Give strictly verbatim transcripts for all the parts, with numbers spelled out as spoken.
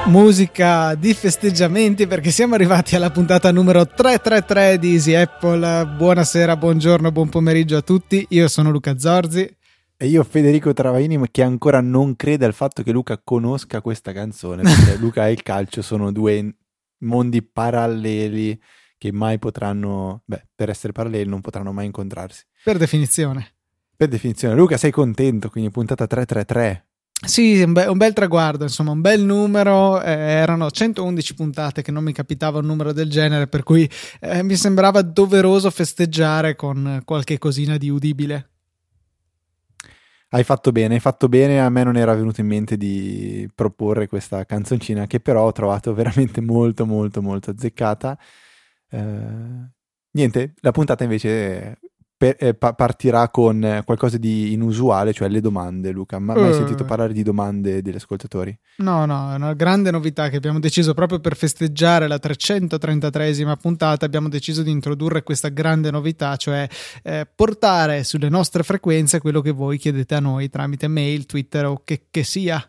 Musica di festeggiamenti, perché siamo arrivati alla puntata numero trecentotrentatré di Easy Apple. Buonasera, buongiorno, buon pomeriggio a tutti. Io sono Luca Zorzi. E io Federico Travaini, che ancora non crede al fatto che Luca conosca questa canzone, perché Luca e il calcio sono due mondi paralleli che mai potranno, beh, per essere paralleli non potranno mai incontrarsi. Per definizione. Per definizione. Luca, sei contento? Quindi puntata trecentotrentatré. Sì, un, be- un bel traguardo, insomma, un bel numero. Eh, erano centoundici puntate che non mi capitava un numero del genere, per cui eh, mi sembrava doveroso festeggiare con qualche cosina di udibile. Hai fatto bene, hai fatto bene. A me non era venuto in mente di proporre questa canzoncina, che però ho trovato veramente molto molto molto azzeccata. Eh, niente, la puntata invece per, eh, pa- partirà con qualcosa di inusuale, cioè le domande. Luca, ma mai Uh. sentito parlare di domande degli ascoltatori? No, no, è una grande novità che abbiamo deciso proprio per festeggiare la trecentotrentatrésima puntata. Abbiamo deciso di introdurre questa grande novità, cioè eh, portare sulle nostre frequenze quello che voi chiedete a noi tramite mail, Twitter o che, che sia.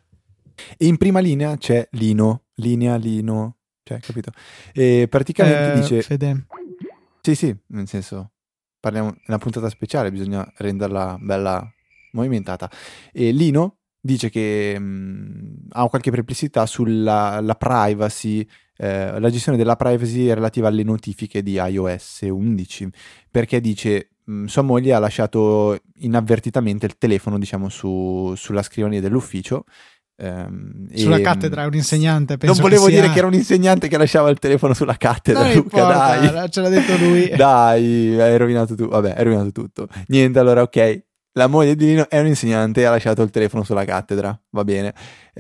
E in prima linea c'è Lino, linea Lino, cioè, capito? E praticamente Eh, dice... Fede. Sì, sì, nel senso, parliamo, è una puntata speciale, bisogna renderla bella movimentata. E Lino dice che mh, ha qualche perplessità sulla la privacy, eh, la gestione della privacy relativa alle notifiche di iOS undici, perché dice mh, sua moglie ha lasciato inavvertitamente il telefono, diciamo, su, sulla scrivania dell'ufficio. Um, sulla e, cattedra, è un insegnante. Penso non volevo che sia... dire che era un insegnante che lasciava il telefono sulla cattedra. Non Luca, importa, dai, ce l'ha detto lui. Dai, hai rovinato tu. Vabbè, hai rovinato tutto. Niente, allora, ok. La moglie di Lino è un insegnante e ha lasciato il telefono sulla cattedra. Va bene.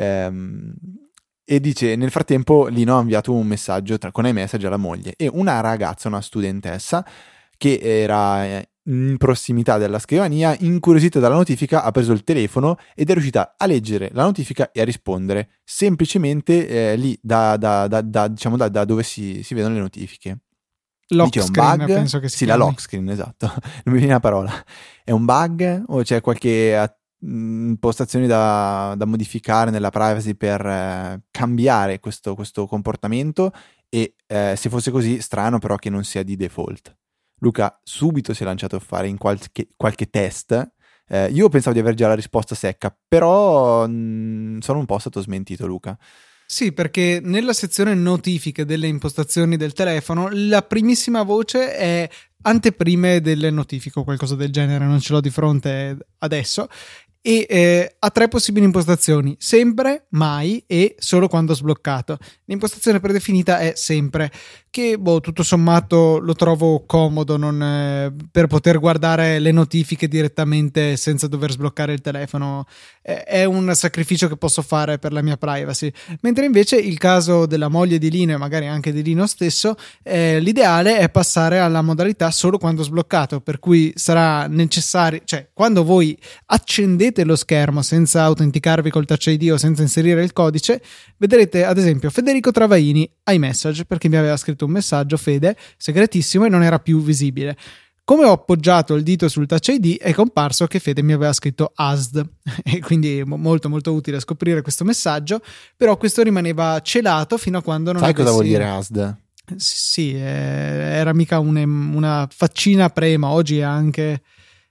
Ehm, e dice: nel frattempo, Lino ha inviato un messaggio tra, con iMessage alla moglie. E una ragazza, una studentessa, che era in prossimità della scrivania, incuriosita dalla notifica, ha preso il telefono ed è riuscita a leggere la notifica e a rispondere semplicemente eh, lì da, da, da, da, diciamo da, da dove si, si vedono le notifiche. Lock Dice, è un screen, bug? penso che si sì, chiami. la lock screen, esatto. Non mi viene la parola. È un bug o c'è qualche impostazioni da, da modificare nella privacy per eh, cambiare questo, questo comportamento? E eh, se fosse così, strano però che non sia di default. Luca subito si è lanciato a fare in qualche, qualche test. Eh, io pensavo di aver già la risposta secca, però mh, sono un po' stato smentito, Luca. Sì, perché nella sezione notifiche delle impostazioni del telefono la primissima voce è anteprime delle notifiche o qualcosa del genere, non ce l'ho di fronte adesso, e eh, ha tre possibili impostazioni: sempre, mai e solo quando sbloccato. L'impostazione predefinita è sempre, che boh, tutto sommato lo trovo comodo, non, eh, per poter guardare le notifiche direttamente senza dover sbloccare il telefono. Eh, è un sacrificio che posso fare per la mia privacy. Mentre invece il caso della moglie di Lino e magari anche di Lino stesso, eh, l'ideale è passare alla modalità solo quando sbloccato, per cui sarà necessario, cioè quando voi accendete lo schermo senza autenticarvi col Touch I D o senza inserire il codice, vedrete ad esempio Federico Travaini iMessage, perché mi aveva scritto un messaggio, Fede, segretissimo, e non era più visibile. Come ho appoggiato il dito sul Touch I D è comparso che Fede mi aveva scritto A S D, e quindi è molto molto utile scoprire questo messaggio, però questo rimaneva celato fino a quando non Sai avessi... cosa vuol dire A S D? Sì, eh, era mica un, una faccina pre-emoji anche...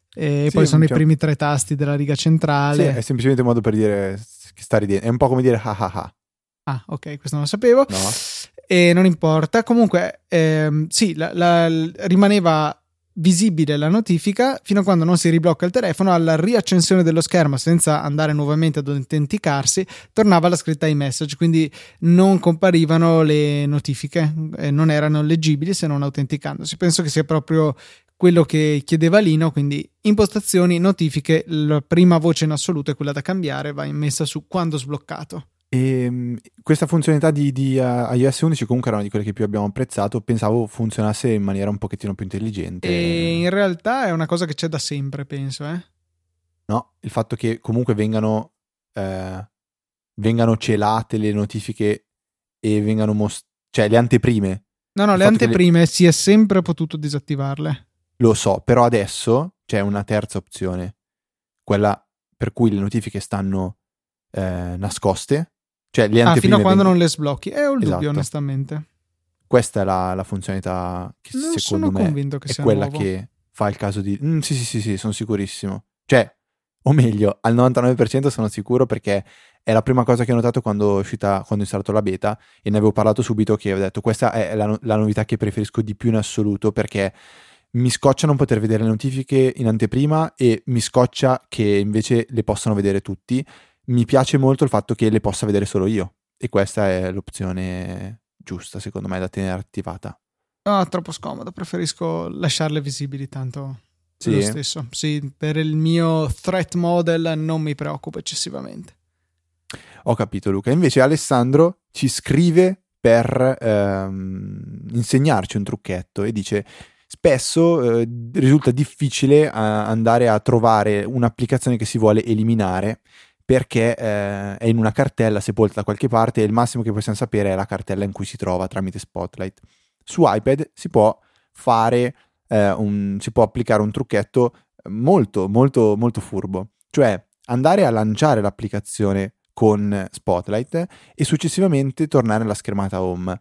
E sì, poi sono cioè, i primi tre tasti della riga centrale. Sì, è semplicemente un modo per dire che sta ridendo. È un po' come dire ah ah ah. Ah, ok, questo non lo sapevo. No. E non importa. Comunque, ehm, sì, la, la, rimaneva visibile la notifica fino a quando non si riblocca il telefono. Alla riaccensione dello schermo, senza andare nuovamente ad autenticarsi, tornava la scritta iMessage, quindi non comparivano le notifiche, eh, non erano leggibili se non autenticandosi. Penso che sia proprio quello che chiedeva Lino, quindi impostazioni, notifiche, la prima voce in assoluto è quella da cambiare, va messa su quando sbloccato. E questa funzionalità di, di uh, iOS undici comunque era una di quelle che più abbiamo apprezzato. Pensavo funzionasse in maniera un pochettino più intelligente. E in realtà è una cosa che c'è da sempre, penso, eh? No, il fatto che comunque vengano eh, vengano celate le notifiche e vengano most- cioè le anteprime. No, no, il le anteprime le... si è sempre potuto disattivarle. Lo so, però adesso c'è una terza opzione, quella per cui le notifiche stanno eh, nascoste Cioè le Ah, fino a quando vengono... non le sblocchi. Eh, ho il Esatto. dubbio, onestamente. Questa è la, la funzionalità che Non secondo sono me convinto che è sia quella nuovo. che fa il caso di... Mm, sì, sì, sì, sì, sono sicurissimo. Cioè, o meglio, al novantanove per cento sono sicuro perché è la prima cosa che ho notato quando è uscita, quando ho installato la beta, e ne avevo parlato subito, che avevo detto questa è la, la novità che preferisco di più in assoluto, perché mi scoccia non poter vedere le notifiche in anteprima e mi scoccia che invece le possano vedere tutti. Mi piace molto il fatto che le possa vedere solo io, e questa è l'opzione giusta secondo me da tenere attivata. No, troppo scomodo, preferisco lasciarle visibili, tanto Sì? lo stesso. Sì, per il mio threat model non mi preoccupo eccessivamente. Ho capito, Luca. Invece Alessandro ci scrive per ehm, insegnarci un trucchetto e dice: spesso eh, risulta difficile eh, andare a trovare un'applicazione che si vuole eliminare perché eh, è in una cartella sepolta da qualche parte, e il massimo che possiamo sapere è la cartella in cui si trova tramite Spotlight. Su iPad si può fare eh, un, si può applicare un trucchetto molto molto molto furbo, cioè andare a lanciare l'applicazione con Spotlight e successivamente tornare alla schermata home.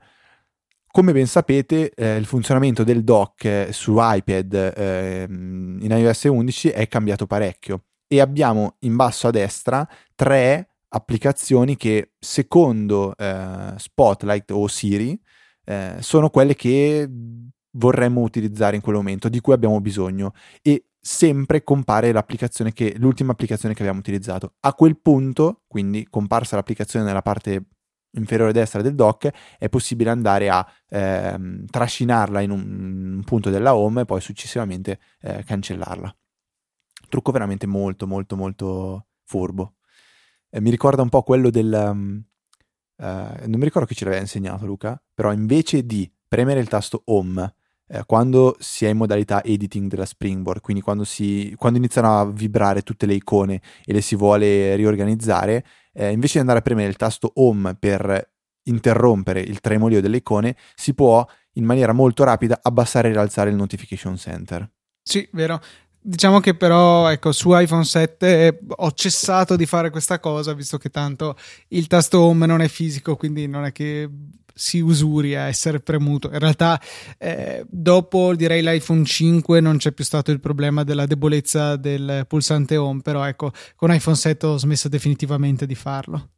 Come ben sapete, eh, il funzionamento del dock eh, su iPad eh, in iOS undici è cambiato parecchio, e abbiamo in basso a destra tre applicazioni che secondo eh, Spotlight o Siri eh, sono quelle che vorremmo utilizzare in quel momento, di cui abbiamo bisogno, e sempre compare l'applicazione che, l'ultima applicazione che abbiamo utilizzato. A quel punto, quindi comparsa l'applicazione nella parte inferiore destra del dock, è possibile andare a ehm, trascinarla in un, un punto della home e poi successivamente eh, cancellarla. Trucco veramente molto molto molto furbo. Eh, mi ricorda un po' quello del um, uh, non mi ricordo chi ce l'aveva insegnato, Luca, però invece di premere il tasto home eh, quando si è in modalità editing della Springboard, quindi quando, si, quando iniziano a vibrare tutte le icone e le si vuole riorganizzare, eh, invece di andare a premere il tasto home per interrompere il tremolio delle icone, si può in maniera molto rapida abbassare e rialzare il notification center. Sì, vero. Diciamo che però, ecco, su iPhone sette ho cessato di fare questa cosa, visto che tanto il tasto home non è fisico, quindi non è che si usuri a essere premuto. In realtà eh, dopo, direi, l'iPhone cinque non c'è più stato il problema della debolezza del pulsante home, però ecco, con iPhone sette ho smesso definitivamente di farlo.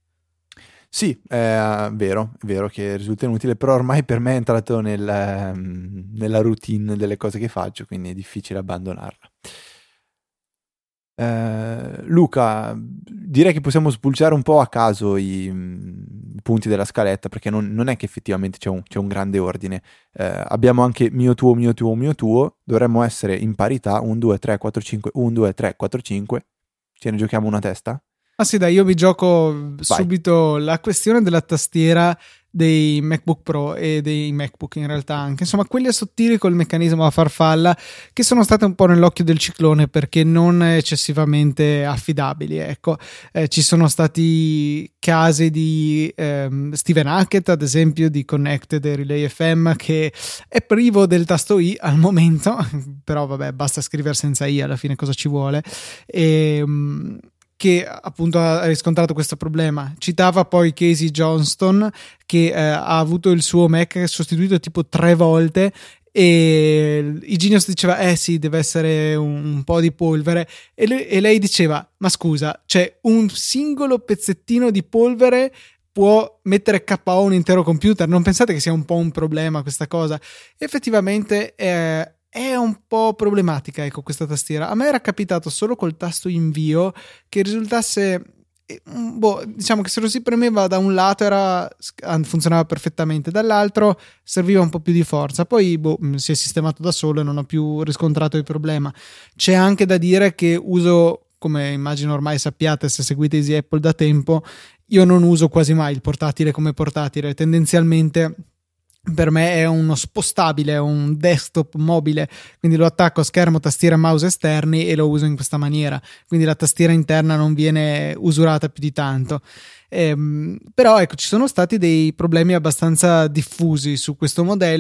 Sì, è vero, è vero che risulta inutile, però ormai per me è entrato nel, nella routine delle cose che faccio, quindi è difficile abbandonarla. Eh, Luca, direi che possiamo spulciare un po' a caso i, i punti della scaletta, perché non, non è che effettivamente c'è un, c'è un grande ordine. Eh, abbiamo anche mio tuo, mio tuo, mio tuo, dovremmo essere in parità, uno, due, tre, quattro, cinque, uno, due, tre, quattro, cinque. Ce ne giochiamo una testa? Ah sì, dai, io vi gioco Vai. subito la questione della tastiera dei MacBook Pro e dei MacBook, in realtà anche, insomma, quelle sottili col meccanismo a farfalla, che sono state un po' nell'occhio del ciclone perché non eccessivamente affidabili, ecco. Eh, ci sono stati casi di ehm, Stephen Hackett, ad esempio, di Connected e Relay F M, che è privo del tasto I al momento, però vabbè, basta scrivere senza I, alla fine cosa ci vuole, e che appunto ha riscontrato questo problema. Citava poi Casey Johnston, che eh, ha avuto il suo Mac sostituito tipo tre volte, e il Genius diceva eh sì, deve essere un, un po' di polvere, e, le, e lei diceva ma scusa, cioè un singolo pezzettino di polvere può mettere K O un intero computer? Non pensate che sia un po' un problema questa cosa? Effettivamente eh, è un po' problematica, ecco, questa tastiera. A me era capitato solo col tasto invio che risultasse, boh, diciamo che se lo si premeva da un lato era, funzionava perfettamente, dall'altro serviva un po' più di forza, poi boh, si è sistemato da solo e non ho più riscontrato il problema. C'è anche da dire che uso, come immagino ormai sappiate se seguite Easy Apple da tempo, io non uso quasi mai il portatile come portatile, tendenzialmente per me è uno spostabile, un desktop mobile, quindi lo attacco a schermo, tastiera e mouse esterni e lo uso in questa maniera, quindi la tastiera interna non viene usurata più di tanto. Ehm, però ecco, ci sono stati dei problemi abbastanza diffusi su questo modello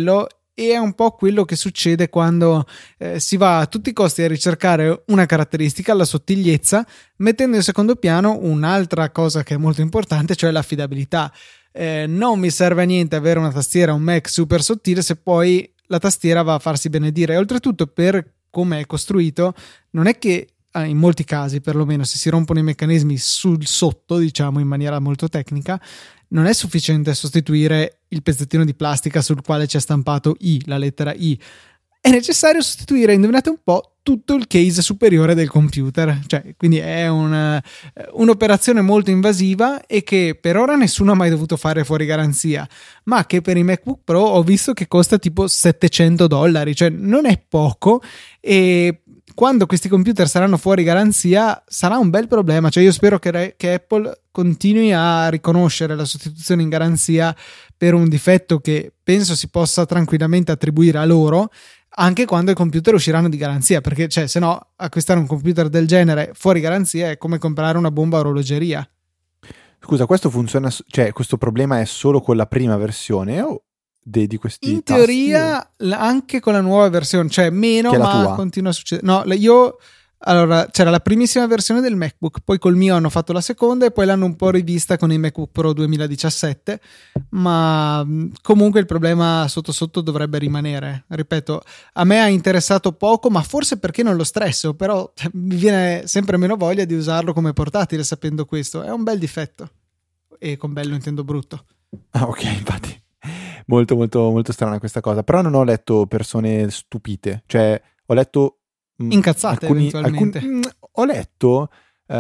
e è un po' quello che succede quando eh, si va a tutti i costi a ricercare una caratteristica, la sottigliezza, mettendo in secondo piano un'altra cosa che è molto importante, cioè l'affidabilità. Eh, non mi serve a niente avere una tastiera, un Mac super sottile se poi la tastiera va a farsi benedire, e oltretutto per come è costruito non è che in molti casi, perlomeno se si rompono i meccanismi sul sotto, diciamo in maniera molto tecnica, non è sufficiente sostituire il pezzettino di plastica sul quale c'è stampato I, la lettera I. È necessario sostituire, indovinate un po', tutto il case superiore del computer. Cioè, quindi è un, un'operazione molto invasiva e che per ora nessuno ha mai dovuto fare fuori garanzia, ma che per i MacBook Pro ho visto che costa tipo settecento dollari, cioè non è poco, e quando questi computer saranno fuori garanzia sarà un bel problema. Cioè io spero che, che Apple continui a riconoscere la sostituzione in garanzia per un difetto che penso si possa tranquillamente attribuire a loro, anche quando i computer usciranno di garanzia, perché cioè se no acquistare un computer del genere fuori garanzia è come comprare una bomba a orologeria. Scusa, questo funziona, cioè questo problema è solo con la prima versione o De, di questi in tasti, teoria o... anche con la nuova versione, cioè meno, ma tua. Continua a succedere. No, io allora c'era la primissima versione del MacBook, poi col mio hanno fatto la seconda e poi l'hanno un po' rivista con i MacBook Pro duemiladiciassette, ma comunque il problema sotto sotto dovrebbe rimanere. Ripeto, a me ha interessato poco, ma forse perché non lo stresso, però mi viene sempre meno voglia di usarlo come portatile sapendo questo. È un bel difetto, e con bello intendo brutto. Ah, ok, infatti molto molto molto strana questa cosa, però non ho letto persone stupite, cioè ho letto mh, incazzate alcuni, eventualmente alcuni, mh, ho letto uh,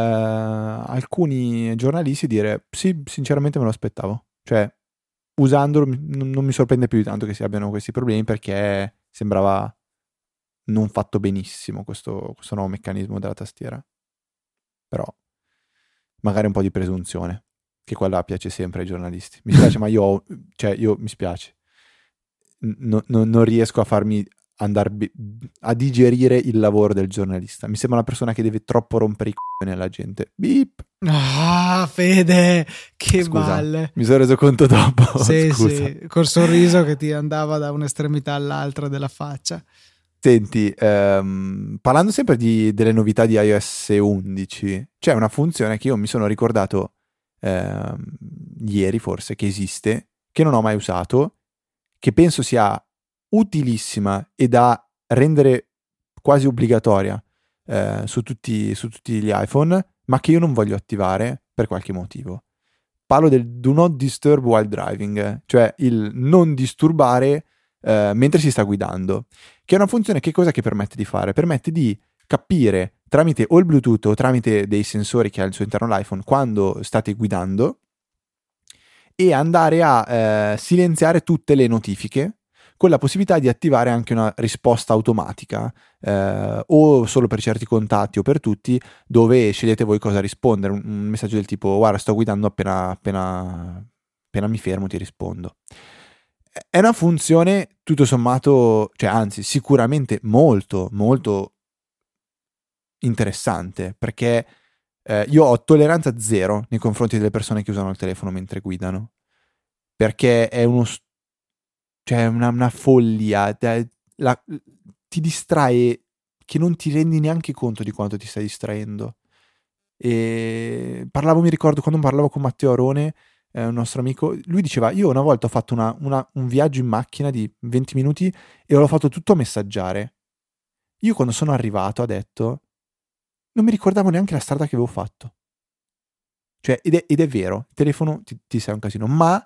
alcuni giornalisti dire sì, sinceramente me lo aspettavo, cioè usandolo non, non mi sorprende più di tanto che si abbiano questi problemi, perché sembrava non fatto benissimo questo, questo nuovo meccanismo della tastiera, però magari un po' di presunzione, che quella piace sempre ai giornalisti. Mi spiace, ma io, ho, cioè, io mi spiace. No, no, non riesco a farmi andare bi- a digerire il lavoro del giornalista. Mi sembra una persona che deve troppo rompere i c***i alla gente. Beep. Ah, Fede, che Scusa, balle. Mi sono reso conto dopo. Sì, Scusa. sì, col sorriso che ti andava da un'estremità all'altra della faccia. Senti, ehm, parlando sempre di, delle novità di iOS undici, c'è una funzione che io mi sono ricordato Uh, ieri forse che esiste, che non ho mai usato, che penso sia utilissima e da rendere quasi obbligatoria uh, su, tutti, su tutti gli iPhone, ma che io non voglio attivare per qualche motivo. Parlo del do not disturb while driving, cioè il non disturbare uh, mentre si sta guidando, che è una funzione che cosa che permette di fare? Permette di capire tramite o il Bluetooth o tramite dei sensori che ha al suo interno l'iPhone quando state guidando, e andare a eh, silenziare tutte le notifiche, con la possibilità di attivare anche una risposta automatica eh, o solo per certi contatti o per tutti, dove scegliete voi cosa rispondere, un, un messaggio del tipo guarda sto guidando, appena, appena, appena mi fermo ti rispondo. È una funzione tutto sommato, cioè anzi sicuramente molto molto interessante, perché eh, io ho tolleranza zero nei confronti delle persone che usano il telefono mentre guidano, perché è uno cioè una, una follia, la, ti distrae che non ti rendi neanche conto di quanto ti stai distraendo. E parlavo, mi ricordo quando parlavo con Matteo Arone, eh, un nostro amico, lui diceva io una volta ho fatto una, una, un viaggio in macchina di venti minuti e l'ho fatto tutto a messaggiare. Io quando sono arrivato ha detto non mi ricordavo neanche la strada che avevo fatto. Cioè, ed è, ed è vero, il telefono ti, ti sei un casino, ma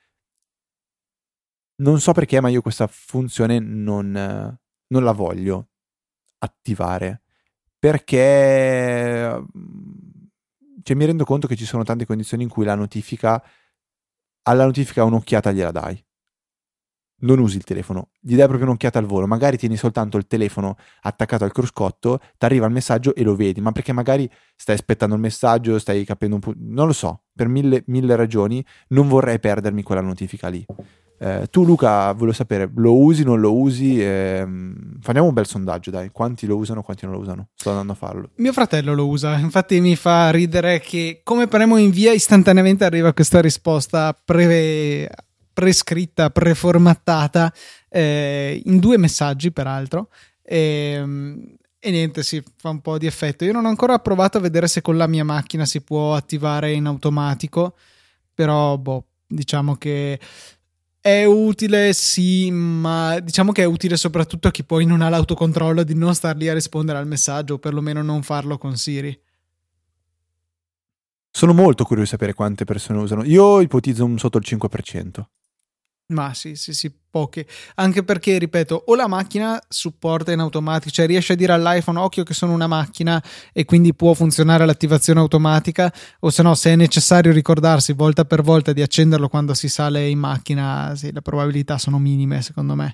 non so perché, ma io questa funzione non, non la voglio attivare, perché cioè, mi rendo conto che ci sono tante condizioni in cui la notifica, alla notifica un'occhiata gliela dai. Non usi il telefono, gli dai proprio un'occhiata al volo, magari tieni soltanto il telefono attaccato al cruscotto, ti arriva il messaggio e lo vedi, ma perché magari stai aspettando il messaggio, stai capendo un po', non lo so, per mille, mille ragioni non vorrei perdermi quella notifica lì. Eh, tu Luca, volevo sapere, lo usi, non lo usi? Eh, facciamo un bel sondaggio, dai, quanti lo usano, quanti non lo usano? Sto andando a farlo. Mio fratello lo usa, infatti mi fa ridere che come premo invia istantaneamente arriva questa risposta pre... prescritta, preformattata eh, in due messaggi peraltro e, e niente, si fa un po' di effetto. Io non ho ancora provato a vedere se con la mia macchina si può attivare in automatico, però boh, diciamo che è utile, sì, ma diciamo che è utile soprattutto a chi poi non ha l'autocontrollo di non star lì a rispondere al messaggio, o perlomeno non farlo con Siri. Sono molto curioso di sapere quante persone usano. Io ipotizzo un sotto il cinque per cento. Ma sì, sì, sì, poche. Anche perché, ripeto, o la macchina supporta in automatico, cioè riesce a dire all'iPhone occhio che sono una macchina e quindi può funzionare l'attivazione automatica, o se no, se è necessario ricordarsi volta per volta di accenderlo quando si sale in macchina, sì, le probabilità sono minime, secondo me.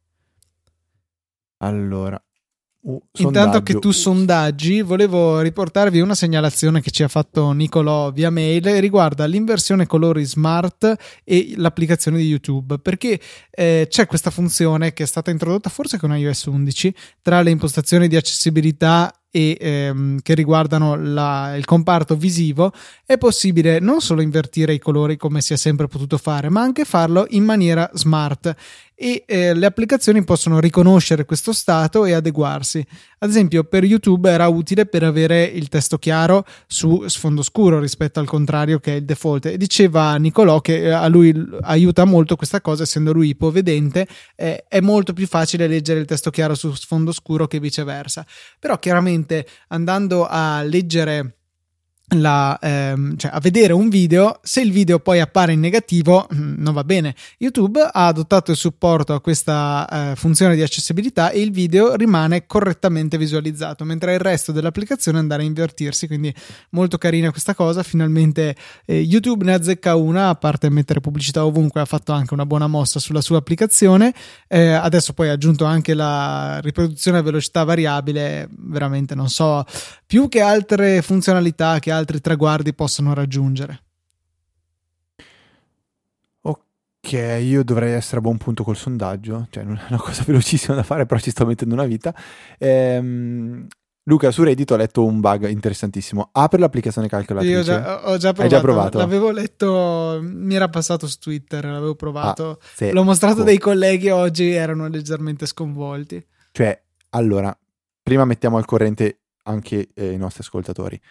Allora, uh, intanto che tu sondaggi, volevo riportarvi una segnalazione che ci ha fatto Nicolò via mail, riguarda l'inversione colori smart e l'applicazione di YouTube, perché eh, c'è questa funzione che è stata introdotta forse con iOS undici tra le impostazioni di accessibilità e ehm, che riguardano la, il comparto visivo. È possibile non solo invertire i colori come si è sempre potuto fare, ma anche farlo in maniera smart, e eh, le applicazioni possono riconoscere questo stato e adeguarsi. Ad esempio, per YouTube era utile per avere il testo chiaro su sfondo scuro rispetto al contrario che è il default, e diceva Nicolò che a lui aiuta molto questa cosa, essendo lui ipovedente, eh, è molto più facile leggere il testo chiaro su sfondo scuro che viceversa. Però chiaramente andando a leggere La, ehm, cioè a vedere un video, se il video poi appare in negativo non va bene. YouTube ha adottato il supporto a questa eh, funzione di accessibilità e il video rimane correttamente visualizzato, mentre il resto dell'applicazione andrà a invertirsi, quindi molto carina questa cosa. Finalmente eh, YouTube ne azzecca una, a parte mettere pubblicità ovunque, ha fatto anche una buona mossa sulla sua applicazione. Eh, adesso poi ha aggiunto anche la riproduzione a velocità variabile, veramente non so più che altre funzionalità, che altri traguardi possono raggiungere. Ok, io dovrei essere a buon punto col sondaggio, cioè non è una cosa velocissima da fare, però ci sto mettendo una vita. Ehm, Luca, su Reddit ho letto un bug interessantissimo. Apri l'applicazione calcolatrice. Io già, ho già provato, Hai già provato? L'avevo letto, mi era passato su Twitter, l'avevo provato, ah, se, l'ho mostrato oh. dei colleghi oggi, erano leggermente sconvolti. Cioè, allora, prima mettiamo al corrente anche eh, i nostri ascoltatori.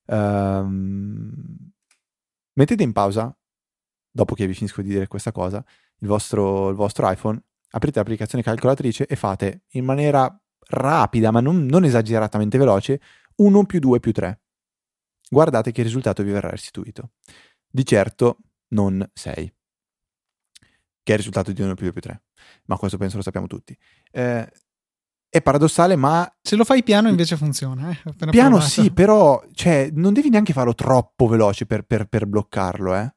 Um, mettete in pausa, dopo che vi finisco di dire questa cosa, il vostro, il vostro iPhone, aprite l'applicazione calcolatrice e fate in maniera rapida, ma non, non esageratamente veloce, uno più due più tre. Guardate che il risultato vi verrà restituito. Di certo non sei, che è il risultato di uno più due più tre, ma questo penso lo sappiamo tutti. Eh, È paradossale, ma se lo fai piano invece funziona. Eh? Piano provato. Sì, però cioè, non devi neanche farlo troppo veloce per, per, per bloccarlo, eh?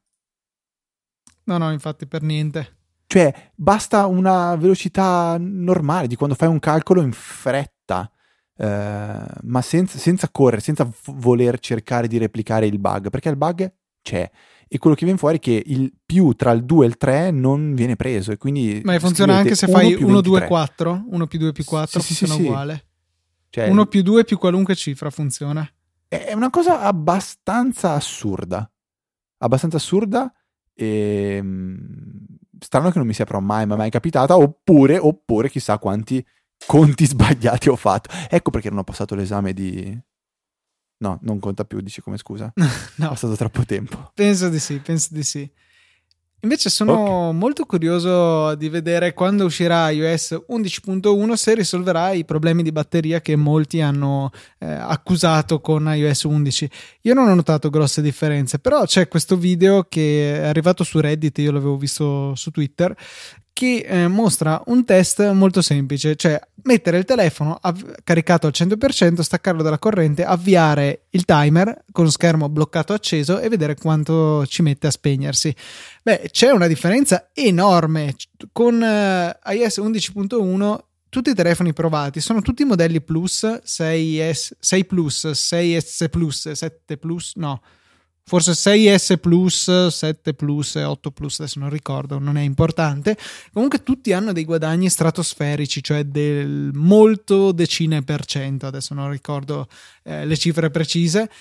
No, no, infatti per niente. Cioè, basta una velocità normale di quando fai un calcolo in fretta, eh, ma senza, senza correre, senza voler cercare di replicare il bug, perché il bug c'è. E quello che viene fuori è che il più tra il due e il tre non viene preso, e quindi ma funziona anche se fai uno più due quattro, uno più due più quattro, sì, funziona sì, sì, uguale. Cioè, uno più due più qualunque cifra funziona. È una cosa abbastanza assurda. Abbastanza assurda e strano che non mi sia però mai, mai, mai capitata, oppure, oppure chissà quanti conti sbagliati ho fatto. Ecco perché non ho passato l'esame di... No, non conta più, dici come scusa? No. È passato troppo tempo. Penso di sì, penso di sì. Invece sono okay. molto curioso di vedere quando uscirà iOS undici punto uno se risolverà i problemi di batteria che molti hanno eh, accusato con iOS undici. Io non ho notato grosse differenze, però c'è questo video che è arrivato su Reddit, io l'avevo visto su Twitter, che eh, mostra un test molto semplice, cioè mettere il telefono av- caricato al cento per cento, staccarlo dalla corrente, avviare il timer con schermo bloccato acceso e vedere quanto ci mette a spegnersi. Beh, c'è una differenza enorme. Con eh, iOS undici punto uno tutti i telefoni provati sono tutti modelli Plus, sei S, sei Plus, sei S Plus, sette Plus, no, forse sei S Plus, sette Plus e otto Plus, adesso non ricordo, non è importante. Comunque tutti hanno dei guadagni stratosferici, cioè del molto decine per cento, adesso non ricordo eh, le cifre precise.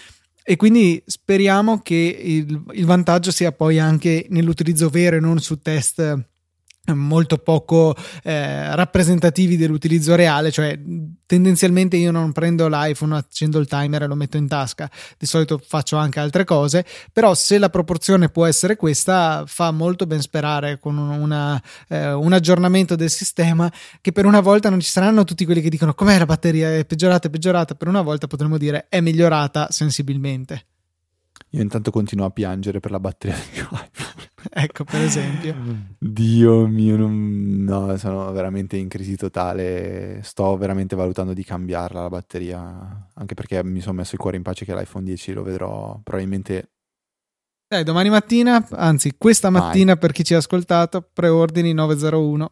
E quindi speriamo che il, il vantaggio sia poi anche nell'utilizzo vero e non su test molto poco eh, rappresentativi dell'utilizzo reale, cioè tendenzialmente io non prendo l'iPhone, accendo il timer e lo metto in tasca, di solito faccio anche altre cose, però se la proporzione può essere questa fa molto ben sperare con una, eh, un aggiornamento del sistema, che per una volta non ci saranno tutti quelli che dicono com'è la batteria, è peggiorata, è peggiorata, per una volta potremmo dire è migliorata sensibilmente. Io intanto continuo a piangere per la batteria del mio iPhone. Ecco, per esempio. Dio mio, non... no, sono veramente in crisi totale. Sto veramente valutando di cambiarla la batteria, anche perché mi sono messo il cuore in pace che l'iPhone dieci lo vedrò probabilmente... Dai, domani mattina, anzi questa mattina mai. Per chi ci ha ascoltato, preordini nove zero uno.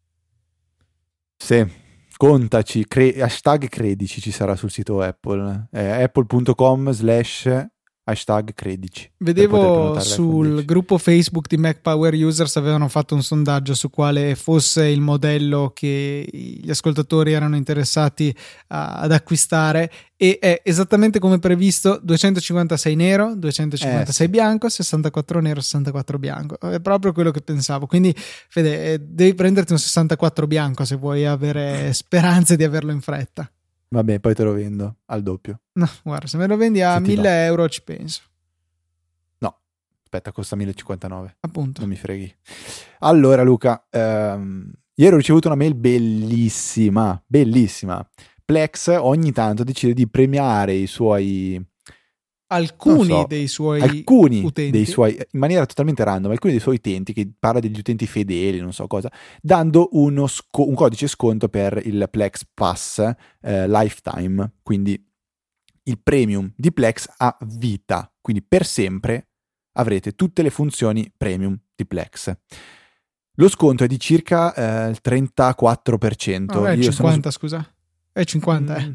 Sì, contaci, cre- hashtag credici ci sarà sul sito Apple, eh, apple.com slash hashtag credici. Vedevo sul gruppo Facebook di Mac Power Users avevano fatto un sondaggio su quale fosse il modello che gli ascoltatori erano interessati a, ad acquistare, e è esattamente come previsto: duecentocinquantasei nero, duecentocinquantasei eh, sì. bianco, sessantaquattro nero, sessantaquattro bianco. È proprio quello che pensavo. Quindi Fede, devi prenderti un sessantaquattro bianco se vuoi avere speranze di averlo in fretta. Vabbè, poi te lo vendo al doppio. No, guarda, se me lo vendi a mille euro ci penso. No, aspetta, costa mille e cinquantanove. Appunto. Non mi freghi. Allora, Luca, ehm, ieri ho ricevuto una mail bellissima, bellissima. Plex ogni tanto decide di premiare i suoi... alcuni so, dei suoi alcuni utenti, dei suoi, in maniera totalmente random, alcuni dei suoi utenti, che parla degli utenti fedeli, non so cosa, dando uno sco- un codice sconto per il Plex Pass eh, Lifetime, quindi il premium di Plex a vita, quindi per sempre avrete tutte le funzioni premium di Plex. Lo sconto è di circa eh, il trentaquattro per cento. No, è Io cinquanta, sono... scusa. È cinquanta, mm. eh.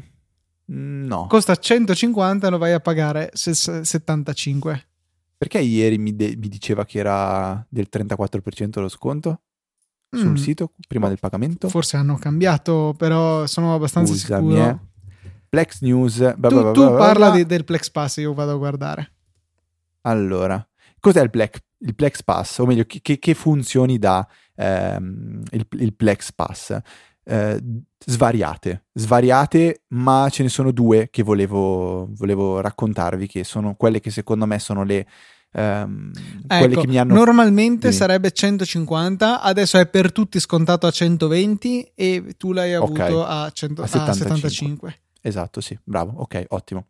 No. Costa centocinquanta, lo vai a pagare settantacinque. Perché ieri mi, de- mi diceva che era del trentaquattro per cento lo sconto sul mm. sito prima oh, del pagamento? Forse hanno cambiato, però sono abbastanza Scusami, sicuro. Eh. Plex News. Blah, tu blah, tu blah, blah, parla blah. di, del Plex Pass, io vado a guardare. Allora, cos'è il, Plex, il Plex Pass? O meglio, che, che funzioni dà ehm, il, il Plex Pass? Eh, svariate, svariate, ma ce ne sono due che volevo, volevo raccontarvi, che sono quelle che secondo me sono le um, ecco, quelle che mi hanno... normalmente Dimmi. sarebbe centocinquanta, adesso è per tutti scontato a centoventi e tu l'hai avuto okay. a, cento, a settantacinque. A settantacinque. Esatto, sì, bravo, ok, ottimo.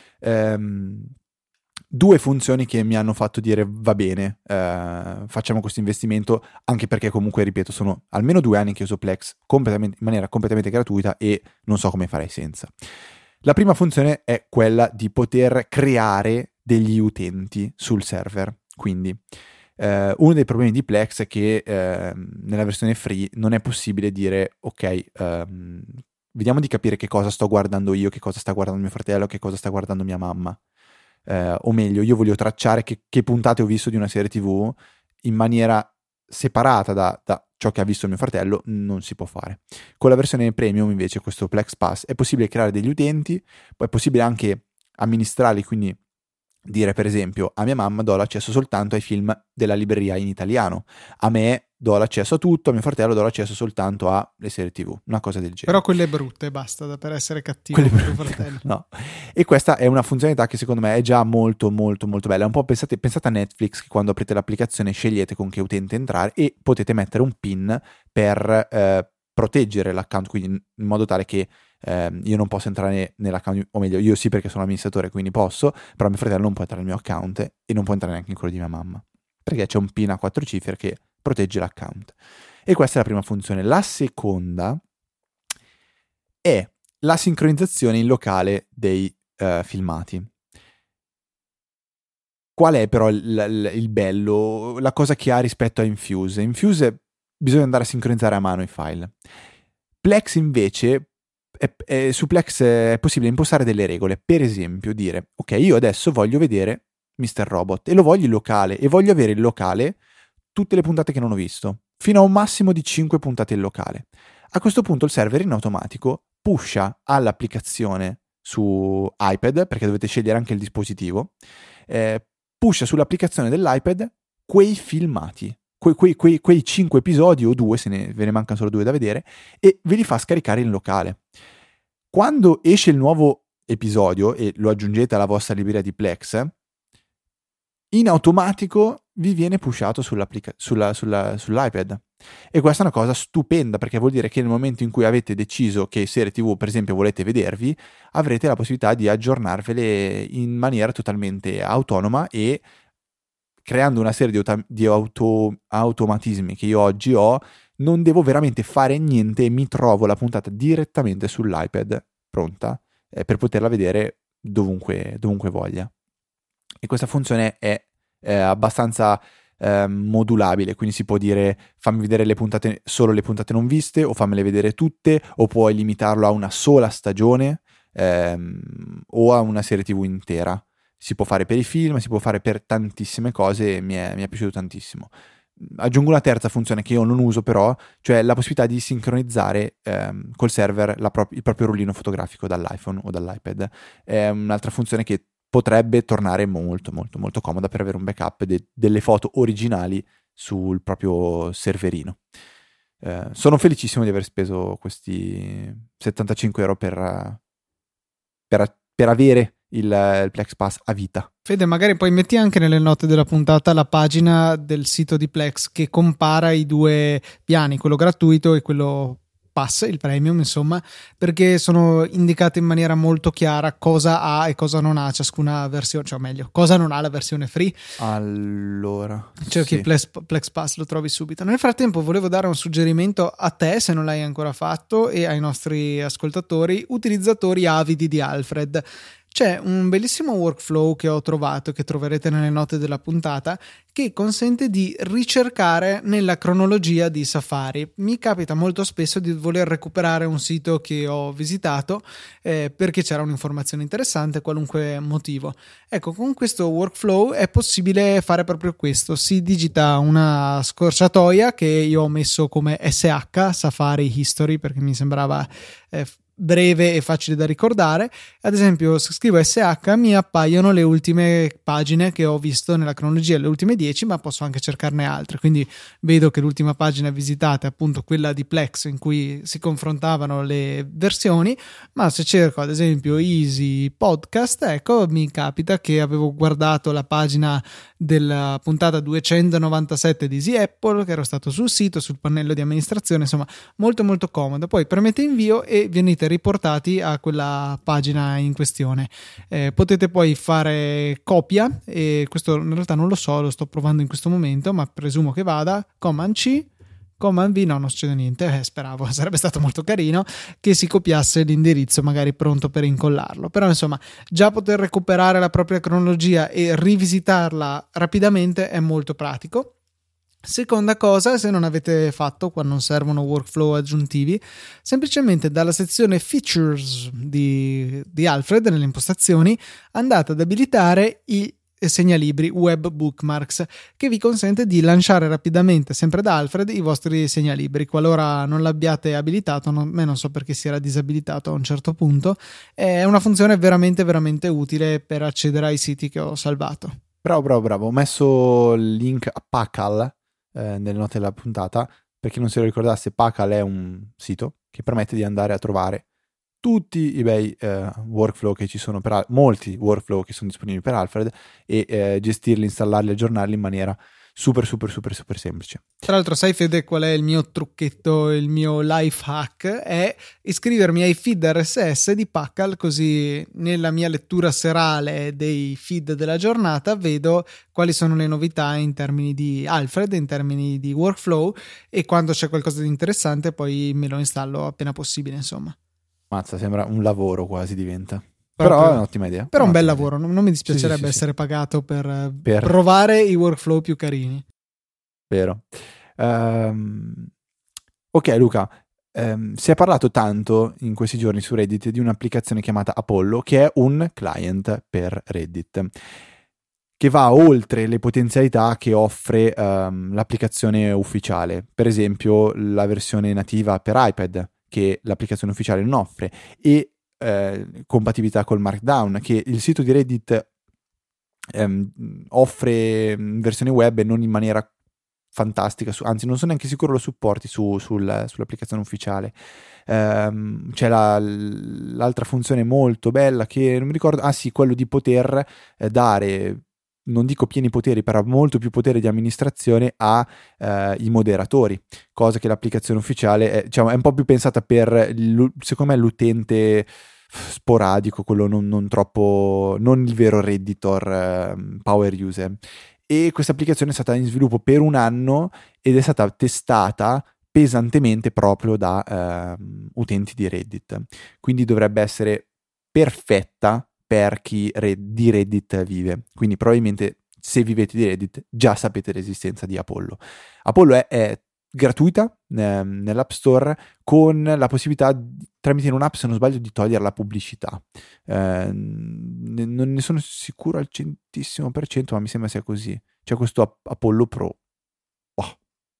Ehm, due funzioni che mi hanno fatto dire va bene, eh, facciamo questo investimento, anche perché comunque, ripeto, sono almeno due anni che uso Plex completamente, in maniera completamente gratuita e non so come farei senza. La prima funzione è quella di poter creare degli utenti sul server, quindi eh, uno dei problemi di Plex è che eh, nella versione free non è possibile dire ok, um, vediamo di capire che cosa sto guardando io, che cosa sta guardando mio fratello, che cosa sta guardando mia mamma. Eh, o meglio, io voglio tracciare che, che puntate ho visto di una serie tivù in maniera separata da, da ciò che ha visto mio fratello, non si può fare. Con la versione premium, invece, questo Plex Pass, è possibile creare degli utenti, poi è possibile anche amministrarli, quindi dire, per esempio, a mia mamma do l'accesso soltanto ai film della libreria in italiano, a me do l'accesso a tutto, a mio fratello do l'accesso soltanto alle serie tivù, una cosa del genere. Però quelle brutte, basta, per essere cattivo quelle con tuo fratello. No. E questa è una funzionalità che secondo me è già molto molto molto bella. Un po' pensate, pensate a Netflix, che quando aprite l'applicazione scegliete con che utente entrare e potete mettere un PIN per eh, proteggere l'account, quindi in modo tale che eh, io non posso entrare nell'account, o meglio, io sì perché sono amministratore, quindi posso, però mio fratello non può entrare nel mio account e non può entrare neanche in quello di mia mamma, perché c'è un PIN a quattro cifre che protegge l'account. E questa è la prima funzione. La seconda è la sincronizzazione in locale dei uh, filmati. Qual è però il, il, il bello, la cosa che ha rispetto a Infuse? Infuse bisogna andare a sincronizzare a mano i file. Plex invece, è, è, su Plex è possibile impostare delle regole, per esempio dire, ok, io adesso voglio vedere mister Robot e lo voglio in locale e voglio avere in locale tutte le puntate che non ho visto, fino a un massimo di cinque puntate in locale. A questo punto il server in automatico pusha all'applicazione su iPad, perché dovete scegliere anche il dispositivo, eh, pusha sull'applicazione dell'iPad quei filmati, quei, quei, quei, quei cinque episodi o due, se ne, ve ne mancano solo due da vedere, e ve li fa scaricare in locale. Quando esce il nuovo episodio e lo aggiungete alla vostra libreria di Plex, in automatico vi viene pushato sulla, sulla, sull'iPad. E questa è una cosa stupenda, perché vuol dire che nel momento in cui avete deciso che serie tivù, per esempio, volete vedervi, avrete la possibilità di aggiornarvele in maniera totalmente autonoma, e creando una serie di, auto- di auto- automatismi che io oggi ho, non devo veramente fare niente e mi trovo la puntata direttamente sull'iPad pronta eh, per poterla vedere dovunque, dovunque voglia. E questa funzione è eh, abbastanza eh, modulabile, quindi si può dire fammi vedere le puntate, solo le puntate non viste, o fammele vedere tutte, o puoi limitarlo a una sola stagione ehm, o a una serie tivù intera. Si può fare per i film, si può fare per tantissime cose, e mi è, mi è piaciuto tantissimo. Aggiungo una terza funzione che io non uso però, cioè la possibilità di sincronizzare ehm, col server la pro- il proprio rullino fotografico dall'iPhone o dall'iPad. È un'altra funzione che potrebbe tornare molto molto molto comoda per avere un backup de- delle foto originali sul proprio serverino. Eh, sono felicissimo di aver speso questi settantacinque euro per, per, per avere il, il Plex Pass a vita. Fede, magari poi metti anche nelle note della puntata la pagina del sito di Plex che compara i due piani, quello gratuito e quello Pass, il premium, insomma, perché sono indicate in maniera molto chiara cosa ha e cosa non ha ciascuna versione, cioè meglio, cosa non ha la versione free. Allora, cioè sì. che Plex, Plex Pass lo trovi subito. Nel frattempo volevo dare un suggerimento a te, se non l'hai ancora fatto, e ai nostri ascoltatori utilizzatori avidi di Alfred. C'è un bellissimo workflow che ho trovato, che troverete nelle note della puntata, che consente di ricercare nella cronologia di Safari. Mi capita molto spesso di voler recuperare un sito che ho visitato eh, perché c'era un'informazione interessante, qualunque motivo. Ecco, con questo workflow è possibile fare proprio questo. Si digita una scorciatoia che io ho messo come S H, Safari History, perché mi sembrava eh, breve e facile da ricordare. Ad esempio, se scrivo S H mi appaiono le ultime pagine che ho visto nella cronologia, le ultime dieci, ma posso anche cercarne altre, quindi vedo che l'ultima pagina visitata è appunto quella di Plex in cui si confrontavano le versioni, ma se cerco ad esempio Easy Podcast, ecco, mi capita che avevo guardato la pagina della puntata duecentonovantasette di Easy Apple, che ero stato sul sito, sul pannello di amministrazione, insomma molto molto comodo. Poi premete invio e venite riportati a quella pagina in questione. Eh, potete poi fare copia, e questo in realtà non lo so, lo sto provando in questo momento, ma presumo che vada Command C, Command V, no, non succede niente, eh, speravo, sarebbe stato molto carino che si copiasse l'indirizzo magari pronto per incollarlo, però insomma già poter recuperare la propria cronologia e rivisitarla rapidamente è molto pratico. Seconda cosa, se non avete fatto, qua non servono workflow aggiuntivi, semplicemente dalla sezione features di, di Alfred nelle impostazioni andate ad abilitare i segnalibri web bookmarks, che vi consente di lanciare rapidamente, sempre da Alfred, i vostri segnalibri. Qualora non l'abbiate abilitato, non, me non so perché si era disabilitato a un certo punto, è una funzione veramente veramente utile per accedere ai siti che ho salvato. Bravo, bravo, bravo. Ho messo il link a Pacal eh, nelle note della puntata. Per chi non se lo ricordasse, Pacal è un sito che permette di andare a trovare tutti i bei eh, workflow che ci sono per Al- molti workflow che sono disponibili per Alfred, e eh, gestirli, installarli, aggiornarli in maniera super super super super semplice. Tra l'altro, sai Fede qual è il mio trucchetto, il mio life hack? È iscrivermi ai feed R S S di Pacal, così nella mia lettura serale dei feed della giornata vedo quali sono le novità in termini di Alfred, in termini di workflow, e quando c'è qualcosa di interessante poi me lo installo appena possibile, insomma. Mazza, sembra un lavoro quasi diventa. Però, però è un'ottima idea. Però è un bel idea. lavoro, non, non mi dispiacerebbe sì, sì, sì, essere sì. pagato per, per provare i workflow più carini. Vero. Um, ok Luca, um, si è parlato tanto in questi giorni su Reddit di un'applicazione chiamata Apollo, che è un client per Reddit, che va oltre le potenzialità che offre um, l'applicazione ufficiale, per esempio la versione nativa per iPad, che l'applicazione ufficiale non offre, e eh, compatibilità col Markdown, che il sito di Reddit ehm, offre in versione web e non in maniera fantastica, su, anzi non sono neanche sicuro lo supporti su, sul, sull'applicazione ufficiale. Um, c'è la, l'altra funzione molto bella che non mi ricordo, ah sì, quello di poter eh, dare, non dico pieni poteri, però molto più potere di amministrazione ai eh, moderatori, cosa che l'applicazione ufficiale è, diciamo, è un po' più pensata per, secondo me, l'utente sporadico, quello non, non troppo, non il vero redditor eh, power user. E questa applicazione è stata in sviluppo per un anno ed è stata testata pesantemente proprio da eh, utenti di Reddit, quindi dovrebbe essere perfetta per chi re- di Reddit vive, quindi probabilmente se vivete di Reddit già sapete l'esistenza di Apollo. Apollo è, è gratuita eh, nell'App Store, con la possibilità tramite un'app, se non sbaglio, di togliere la pubblicità. Eh, ne, non ne sono sicuro al centissimo per cento, ma mi sembra sia così. C'è questo Apollo Pro. Oh.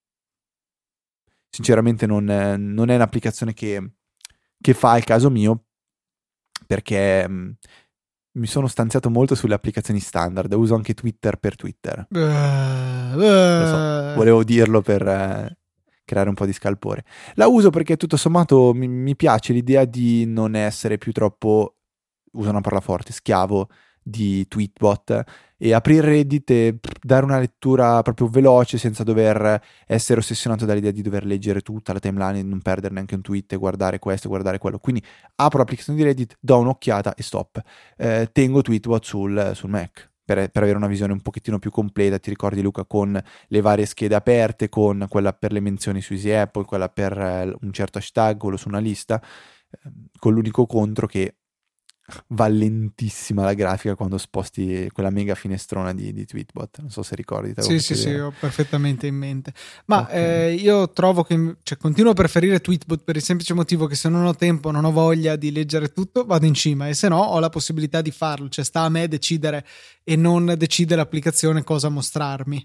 Sinceramente non è, non è un'applicazione che, che fa il caso mio, perché mh, mi sono stanziato molto sulle applicazioni standard. Uso anche Twitter per Twitter. Uh, uh. Lo so, volevo dirlo per eh, creare un po' di scalpore. La uso perché tutto sommato mi, mi piace l'idea di non essere più troppo, uso una parola forte, schiavo di Tweetbot, e aprire Reddit e dare una lettura proprio veloce senza dover essere ossessionato dall'idea di dover leggere tutta la timeline e non perdere neanche un tweet e guardare questo e guardare quello. Quindi apro l'applicazione di Reddit, do un'occhiata e stop. Eh, tengo Tweetbot sul, sul Mac per, per avere una visione un pochettino più completa. Ti ricordi, Luca, con le varie schede aperte, con quella per le menzioni su Easy Apple, quella per eh, un certo hashtag, quello su una lista, eh, con l'unico contro che va lentissima la grafica quando sposti quella mega finestrona di, di Tweetbot. Non so se ricordi. Sì, sì, sì, ho perfettamente in mente. Ma okay. eh, io trovo che, cioè, continuo a preferire Tweetbot per il semplice motivo che se non ho tempo, non ho voglia di leggere tutto, vado in cima, e se no ho la possibilità di farlo. Cioè sta a me decidere e non decide l'applicazione cosa mostrarmi.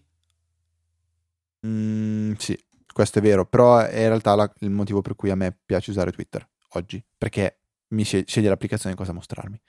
Mm, sì, questo è vero, però è in realtà la, il motivo per cui a me piace usare Twitter oggi, perché mi sceglie l'applicazione cosa mostrarmi.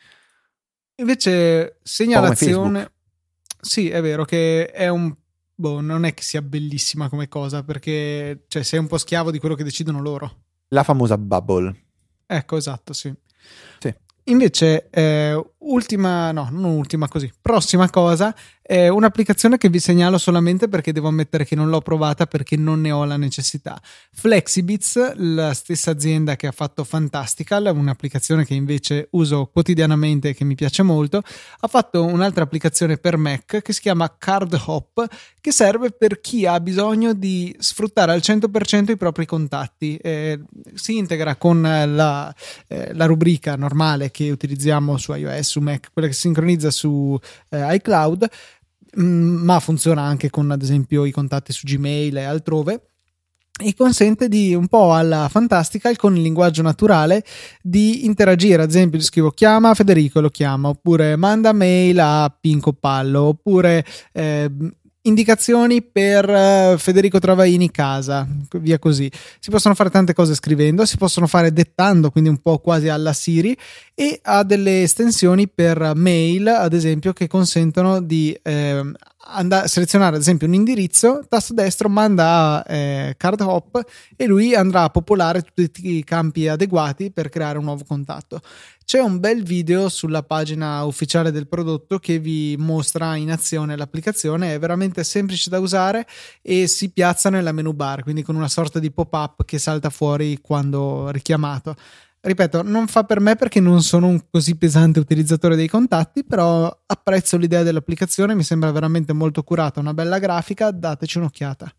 Invece segnalazione, sì, è vero che è un boh, non è che sia bellissima come cosa, perché cioè sei un po' schiavo di quello che decidono loro. La famosa bubble. Ecco, esatto, sì. Sì. Invece eh, ultima, no, non ultima, così, prossima cosa è un'applicazione che vi segnalo solamente perché devo ammettere che non l'ho provata, perché non ne ho la necessità. Flexibits, la stessa azienda che ha fatto Fantastical, un'applicazione che invece uso quotidianamente e che mi piace molto, ha fatto un'altra applicazione per Mac che si chiama Card Hop, che serve per chi ha bisogno di sfruttare al cento per cento i propri contatti. Eh, si integra con la, eh, la rubrica normale che utilizziamo su iOS, su Mac, quella che si sincronizza su eh, iCloud, ma funziona anche con ad esempio i contatti su Gmail e altrove, e consente di un po' alla Fantastical, con il linguaggio naturale, di interagire. Ad esempio scrivo chiama Federico, lo chiama, oppure manda mail a Pinco Pallo, oppure eh, indicazioni per Federico Travaini casa, via così. Si possono fare tante cose scrivendo, si possono fare dettando, quindi un po' quasi alla Siri, e ha delle estensioni per mail, ad esempio, che consentono di eh, andare, selezionare ad esempio un indirizzo, tasto destro, manda a eh, Card Hop, e lui andrà a popolare tutti i campi adeguati per creare un nuovo contatto. C'è un bel video sulla pagina ufficiale del prodotto che vi mostra in azione l'applicazione. È veramente semplice da usare e si piazza nella menu bar, quindi con una sorta di pop-up che salta fuori quando richiamato. Ripeto, non fa per me perché non sono un così pesante utilizzatore dei contatti, però apprezzo l'idea dell'applicazione, mi sembra veramente molto curata, una bella grafica, dateci un'occhiata.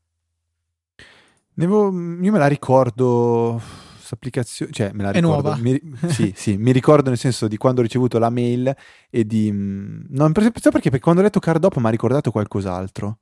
Devo, io me la ricordo... applicazione, cioè me la ricordo, è nuova. Mi, sì, sì, mi ricordo nel senso di quando ho ricevuto la mail e di no, per esempio, perché, perché quando ho letto Card Hop mi ha ricordato qualcos'altro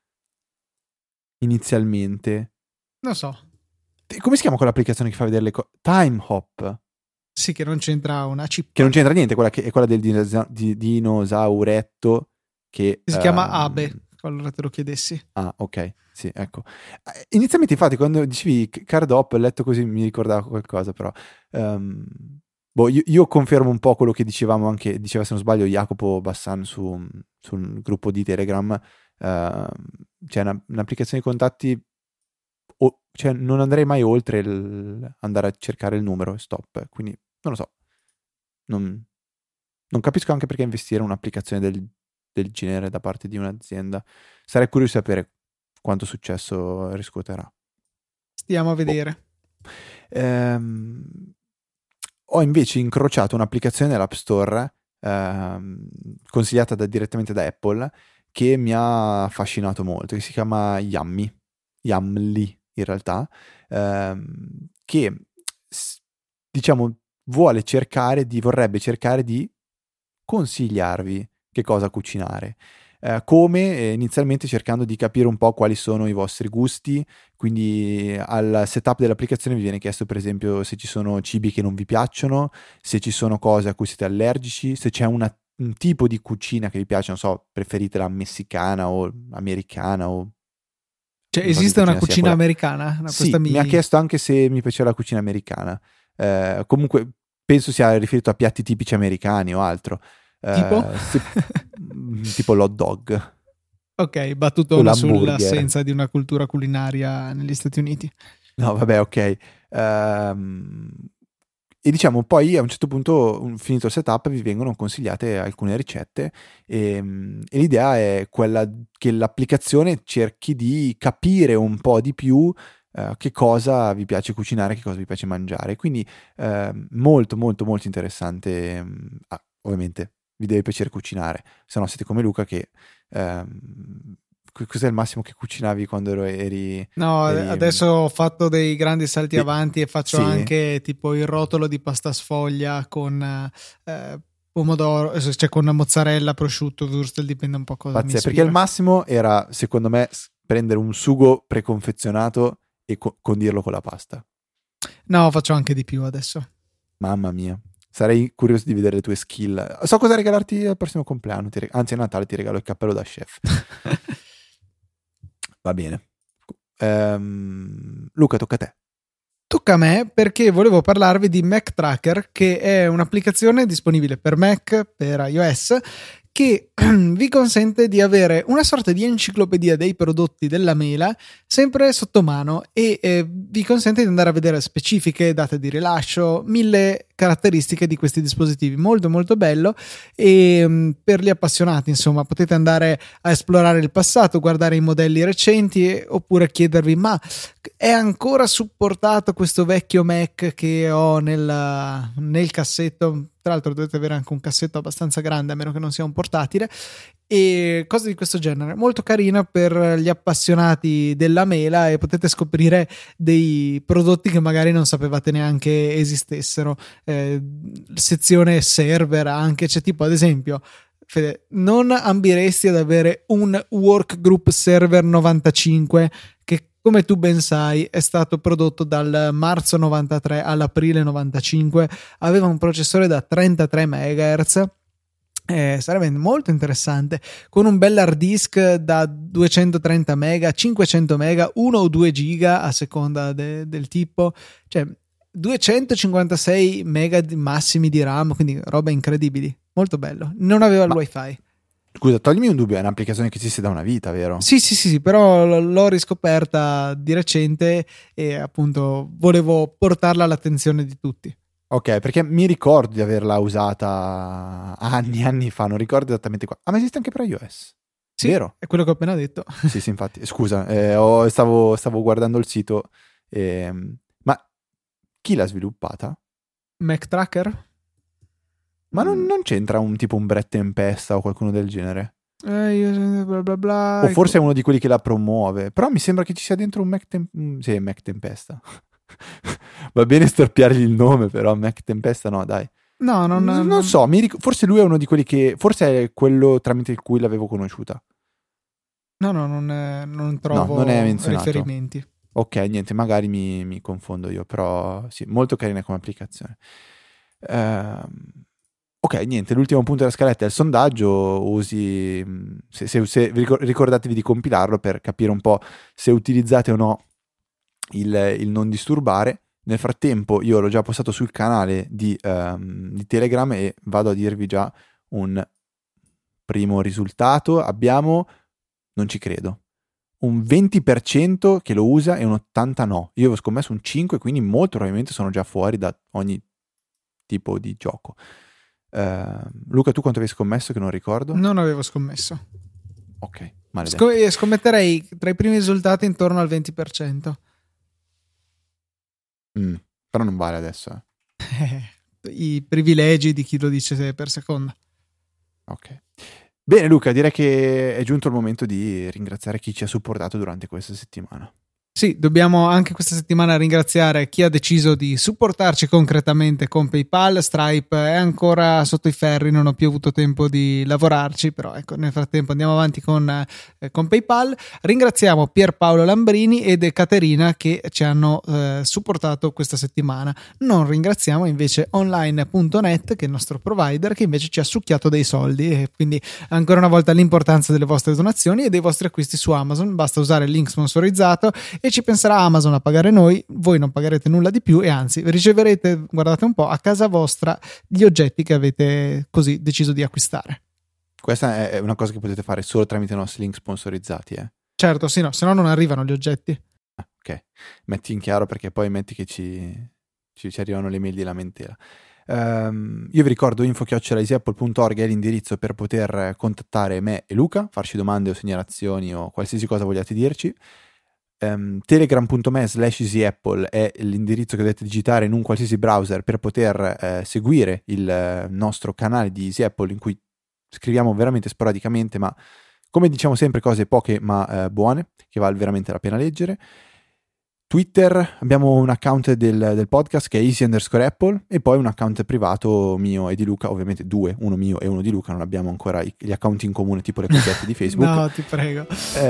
inizialmente. Non so. Come si chiama quell'applicazione che fa vedere le cose? Time Hop. Sì, che non c'entra una chip. Che non c'entra niente, quella che è quella del dinosa- di, dinosauretto che si um... chiama Abe, qualora te lo chiedessi. Ah, ok. Sì, ecco. Inizialmente, infatti, quando dicevi Card Hop, ho letto così, mi ricordavo qualcosa, però um, boh, io, io confermo un po' quello che dicevamo anche, diceva se non sbaglio Jacopo Bassan su, sul gruppo di Telegram, uh, c'è una, un'applicazione di contatti, o, cioè non andrei mai oltre il, andare a cercare il numero e stop, quindi non lo so, non, non capisco anche perché investire in un'applicazione del, del genere da parte di un'azienda. Sarei curioso di sapere quanto successo riscuoterà. Stiamo a vedere. Oh. Ehm, ho invece incrociato un'applicazione dell'App Store ehm, consigliata da, direttamente da Apple, che mi ha affascinato molto, che si chiama Yummy, Yumly in realtà, ehm, che diciamo vuole cercare di, vorrebbe cercare di consigliarvi che cosa cucinare. Eh, come eh, inizialmente cercando di capire un po' quali sono i vostri gusti, quindi al setup dell'applicazione vi viene chiesto per esempio se ci sono cibi che non vi piacciono, se ci sono cose a cui siete allergici, se c'è una, un tipo di cucina che vi piace, non so, preferite la messicana o americana o... Cioè esiste una cucina americana? Una sì, mi... mi ha chiesto anche se mi piaceva la cucina americana. Eh, comunque penso sia riferito a piatti tipici americani o altro. Tipo? Uh, se, tipo l'hot dog. Ok, battutona sull'assenza di una cultura culinaria negli Stati Uniti. No, vabbè, ok. Um, e diciamo, poi a un certo punto, finito il setup, vi vengono consigliate alcune ricette e, e l'idea è quella che l'applicazione cerchi di capire un po' di più Uh, che cosa vi piace cucinare, che cosa vi piace mangiare. Quindi uh, molto, molto, molto interessante. Ah, ovviamente vi deve piacere cucinare, se no siete come Luca che um, cos'è il massimo che cucinavi quando ero, eri no eri... adesso ho fatto dei grandi salti e... avanti e faccio sì. anche tipo il rotolo di pasta sfoglia con eh, pomodoro, cioè con mozzarella, prosciutto, würstel, dipende un po' cosa Pazzè, mi perché il massimo era secondo me prendere un sugo preconfezionato e co- condirlo con la pasta. No, faccio anche di più adesso. Mamma mia, sarei curioso di vedere le tue skill. So cosa regalarti al prossimo compleanno, ti reg- anzi a Natale ti regalo il cappello da chef. Va bene. Um, Luca, tocca a te. Tocca a me perché volevo parlarvi di Mac Tracker, che è un'applicazione disponibile per Mac, per iOS, che vi consente di avere una sorta di enciclopedia dei prodotti della mela sempre sotto mano e eh, vi consente di andare a vedere specifiche, date di rilascio, mille caratteristiche di questi dispositivi. Molto molto bello e mh, per gli appassionati insomma potete andare a esplorare il passato, guardare i modelli recenti e, oppure chiedervi ma è ancora supportato questo vecchio Mac che ho nel, nel cassetto. Tra l'altro dovete avere anche un cassetto abbastanza grande a meno che non sia un portatile e cose di questo genere. Molto carina per gli appassionati della mela e potete scoprire dei prodotti che magari non sapevate neanche esistessero. Eh, sezione server anche, c'è tipo ad esempio Fede, non ambiresti ad avere un Workgroup Server novantacinque che come tu ben sai è stato prodotto dal marzo novantatré all'aprile novantacinque, aveva un processore da trentatré megahertz. Eh, sarebbe molto interessante con un bel hard disk da duecentotrenta mega, cinquecento mega, uno o due giga a seconda de- del tipo, cioè duecentocinquantasei mega di massimi di RAM, quindi robe incredibili, molto bello. Non aveva il Ma, wifi. Scusa, toglimi un dubbio, è un'applicazione che esiste da una vita, vero? Sì, sì, sì, sì, però l- l'ho riscoperta di recente e appunto volevo portarla all'attenzione di tutti. Ok, perché mi ricordo di averla usata anni e anni fa, non ricordo esattamente qua. Ah, ma esiste anche per iOS? Sì, vero? È quello che ho appena detto. Sì, sì, infatti. Scusa, eh, ho, stavo, stavo guardando il sito. Eh, ma chi l'ha sviluppata? Mac Tracker? Ma non, non c'entra un tipo un Brett Tempesta o qualcuno del genere? Eh, io, bla bla bla, O forse è uno di quelli che la promuove. Però mi sembra che ci sia dentro un Mac, Tem- sì, Mac Tempesta. Va bene storpiargli il nome, però Mac Tempesta no, dai. No, non, non, non... non so, mi ric- forse lui è uno di quelli che... Forse è quello tramite il cui l'avevo conosciuta. No, no, non, è, non trovo no, non è menzionato. riferimenti. Ok, niente, magari mi, mi confondo io, però sì, molto carina come applicazione. Ehm... Ok, niente, l'ultimo punto della scaletta è il sondaggio, usi, se, se, se ricordatevi di compilarlo per capire un po' se utilizzate o no il, il non disturbare. Nel frattempo io l'ho già postato sul canale di, um, di Telegram e vado a dirvi già un primo risultato. Abbiamo, non ci credo, un venti per cento che lo usa e un ottanta per cento no. Io avevo scommesso un cinque, quindi molto probabilmente sono già fuori da ogni tipo di gioco. Uh, Luca, tu quanto avevi scommesso che non ricordo? Non avevo scommesso. Ok, maledetto. Sc- scommetterei tra i primi risultati intorno al venti per cento. Mm, però non vale adesso. Eh, I privilegi di chi lo dice per seconda. Ok. Bene Luca, direi che è giunto il momento di ringraziare chi ci ha supportato durante questa settimana. Sì, dobbiamo anche questa settimana ringraziare chi ha deciso di supportarci concretamente con PayPal. Stripe è ancora sotto i ferri, non ho più avuto tempo di lavorarci, però ecco, nel frattempo andiamo avanti con, eh, con PayPal. Ringraziamo Pierpaolo Lambrini ed Caterina che ci hanno eh, supportato questa settimana. Non ringraziamo invece online punto net, che è il nostro provider, che invece ci ha succhiato dei soldi, e quindi ancora una volta l'importanza delle vostre donazioni e dei vostri acquisti su Amazon. Basta usare il link sponsorizzato e ci penserà Amazon a pagare noi, voi non pagherete nulla di più e anzi riceverete, guardate un po', a casa vostra gli oggetti che avete così deciso di acquistare. Questa è una cosa che potete fare solo tramite i nostri link sponsorizzati, eh? Certo, sì, no, se no non arrivano gli oggetti. Ah, ok, metti in chiaro perché poi metti che ci, ci, ci arrivano le mail di lamentela. Um, io vi ricordo info chiocciola easyapple punto org è l'indirizzo per poter contattare me e Luca, farci domande o segnalazioni o qualsiasi cosa vogliate dirci. Um, telegram punto me slash easyapple è l'indirizzo che dovete digitare in un qualsiasi browser per poter eh, seguire il eh, nostro canale di Easy Apple, in cui scriviamo veramente sporadicamente, ma come diciamo sempre cose poche ma eh, buone, che vale veramente la pena leggere. Twitter, abbiamo un account del, del podcast che è easy underscore apple e poi un account privato mio e di Luca, ovviamente due, uno mio e uno di Luca, non abbiamo ancora i, gli account in comune tipo le coppette di Facebook. No, ti prego.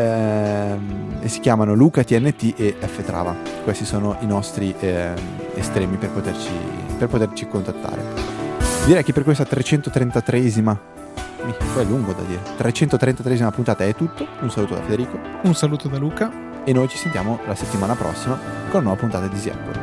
Ehm, e si chiamano Luca T N T e F Trava. Questi sono i nostri eh, estremi per poterci, per poterci contattare. Direi che per questa trecentotrentatreesima, poi è lungo da dire, trecentotrentatreesima puntata è tutto. Un saluto da Federico. Un saluto da Luca. E noi ci sentiamo la settimana prossima con una nuova puntata di Easy Apple.